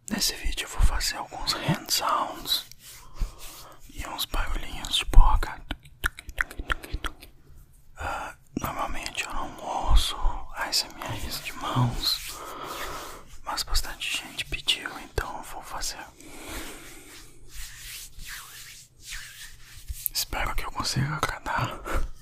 Nesse vídeo eu vou fazer alguns hand sounds e uns barulhinhos de boca. Normalmente eu não ouço ASMRs de mãos, mas bastante gente pediu, então eu vou fazer. Espero que eu consiga agradar.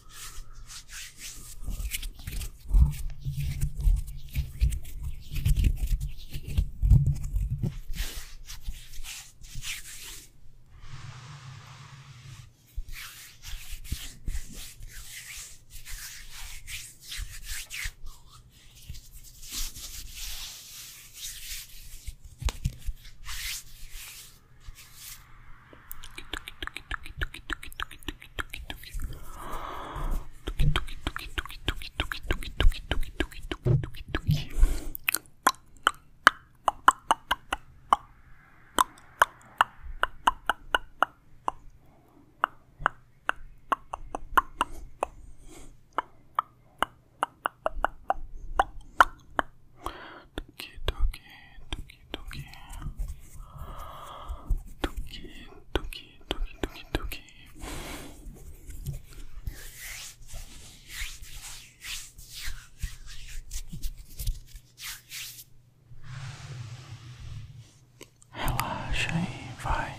Relaxa aí, vai.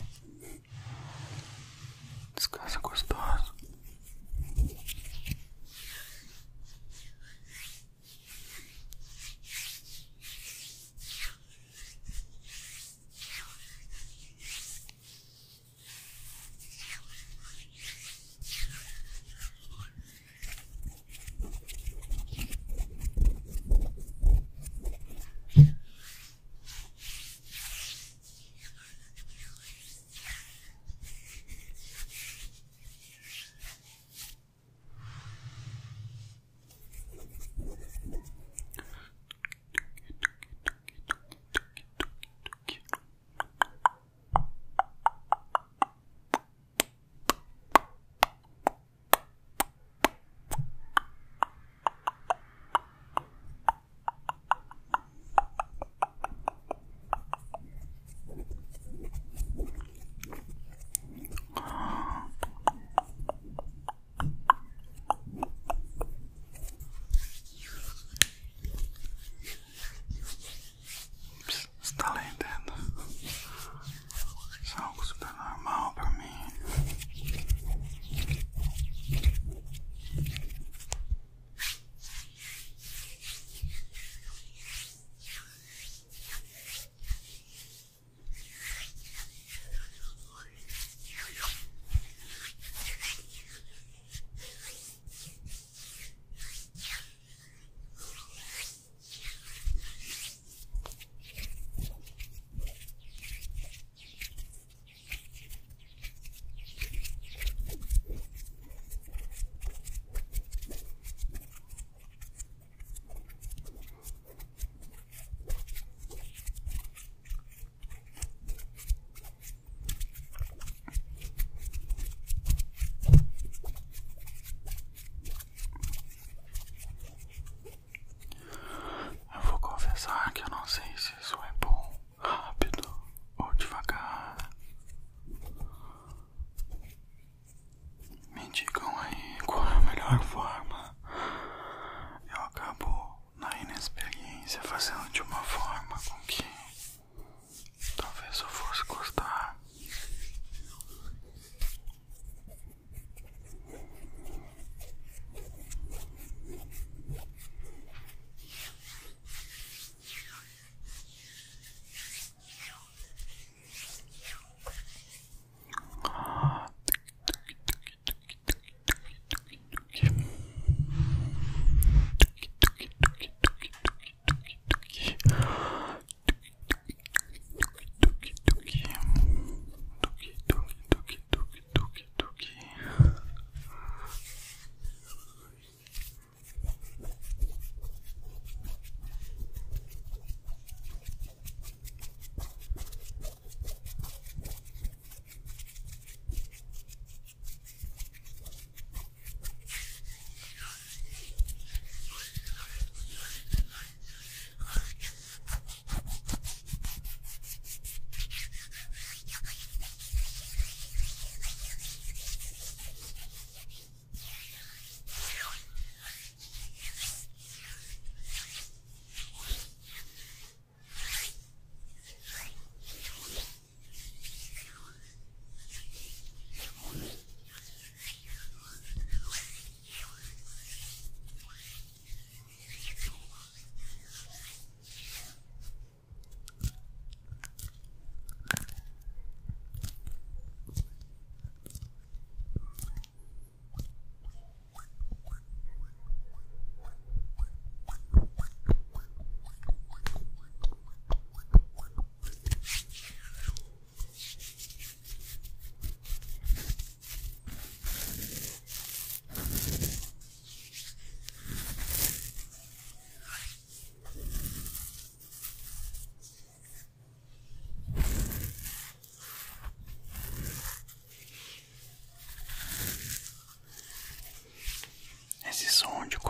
Descansa gostoso. Você tá entendendo? Isso é algo super normal pra mim. Eu vou confessar que eu não sei se isso é bom, rápido ou devagar. Me digam aí qual é a melhor forma. Eu acabo, na inexperiência, fazendo de uma forma com que talvez eu fosse gostar.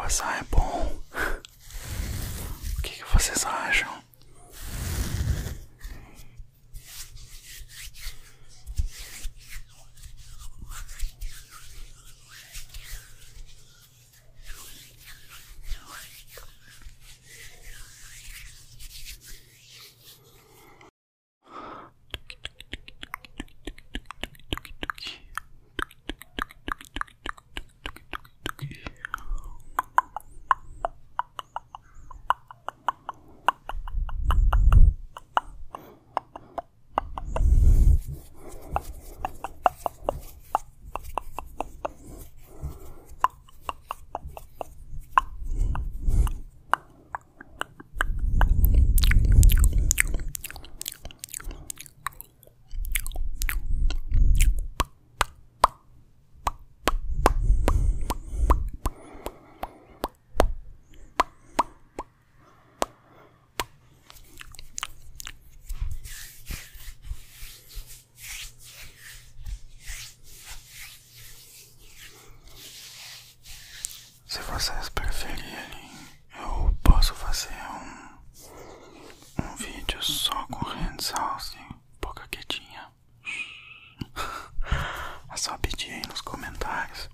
Croissant é bom. O que vocês acham? Se vocês preferirem, eu posso fazer um vídeo só com hand sounds e boca quietinha. É só pedir aí nos comentários.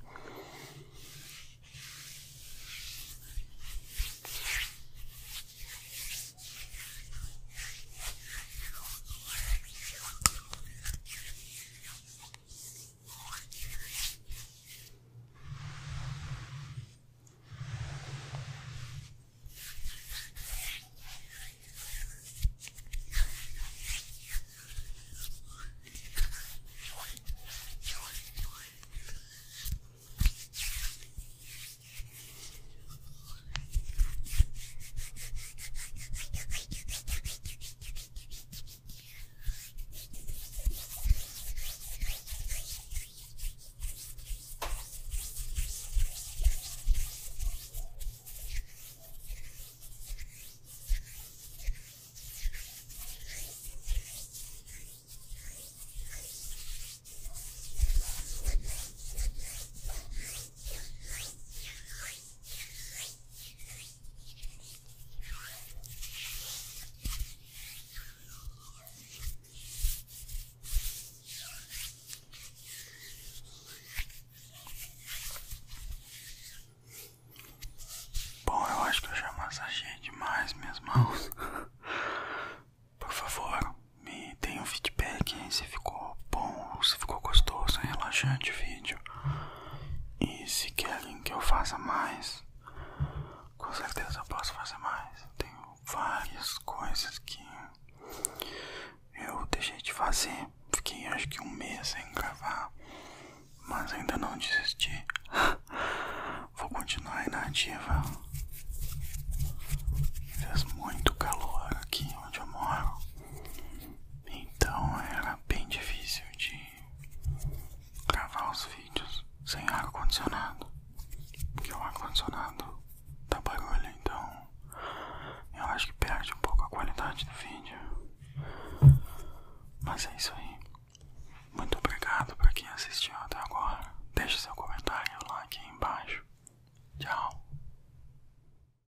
Acho que eu já massageei demais minhas mãos. Por favor, me deem um feedback aí se ficou bom, se ficou gostoso, relaxante o vídeo. E se querem que eu faça mais, com certeza eu posso fazer mais. Tenho várias coisas que eu deixei de fazer. Fiquei acho que um mês sem gravar, mas ainda não desisti. Vou continuar aí na ativa.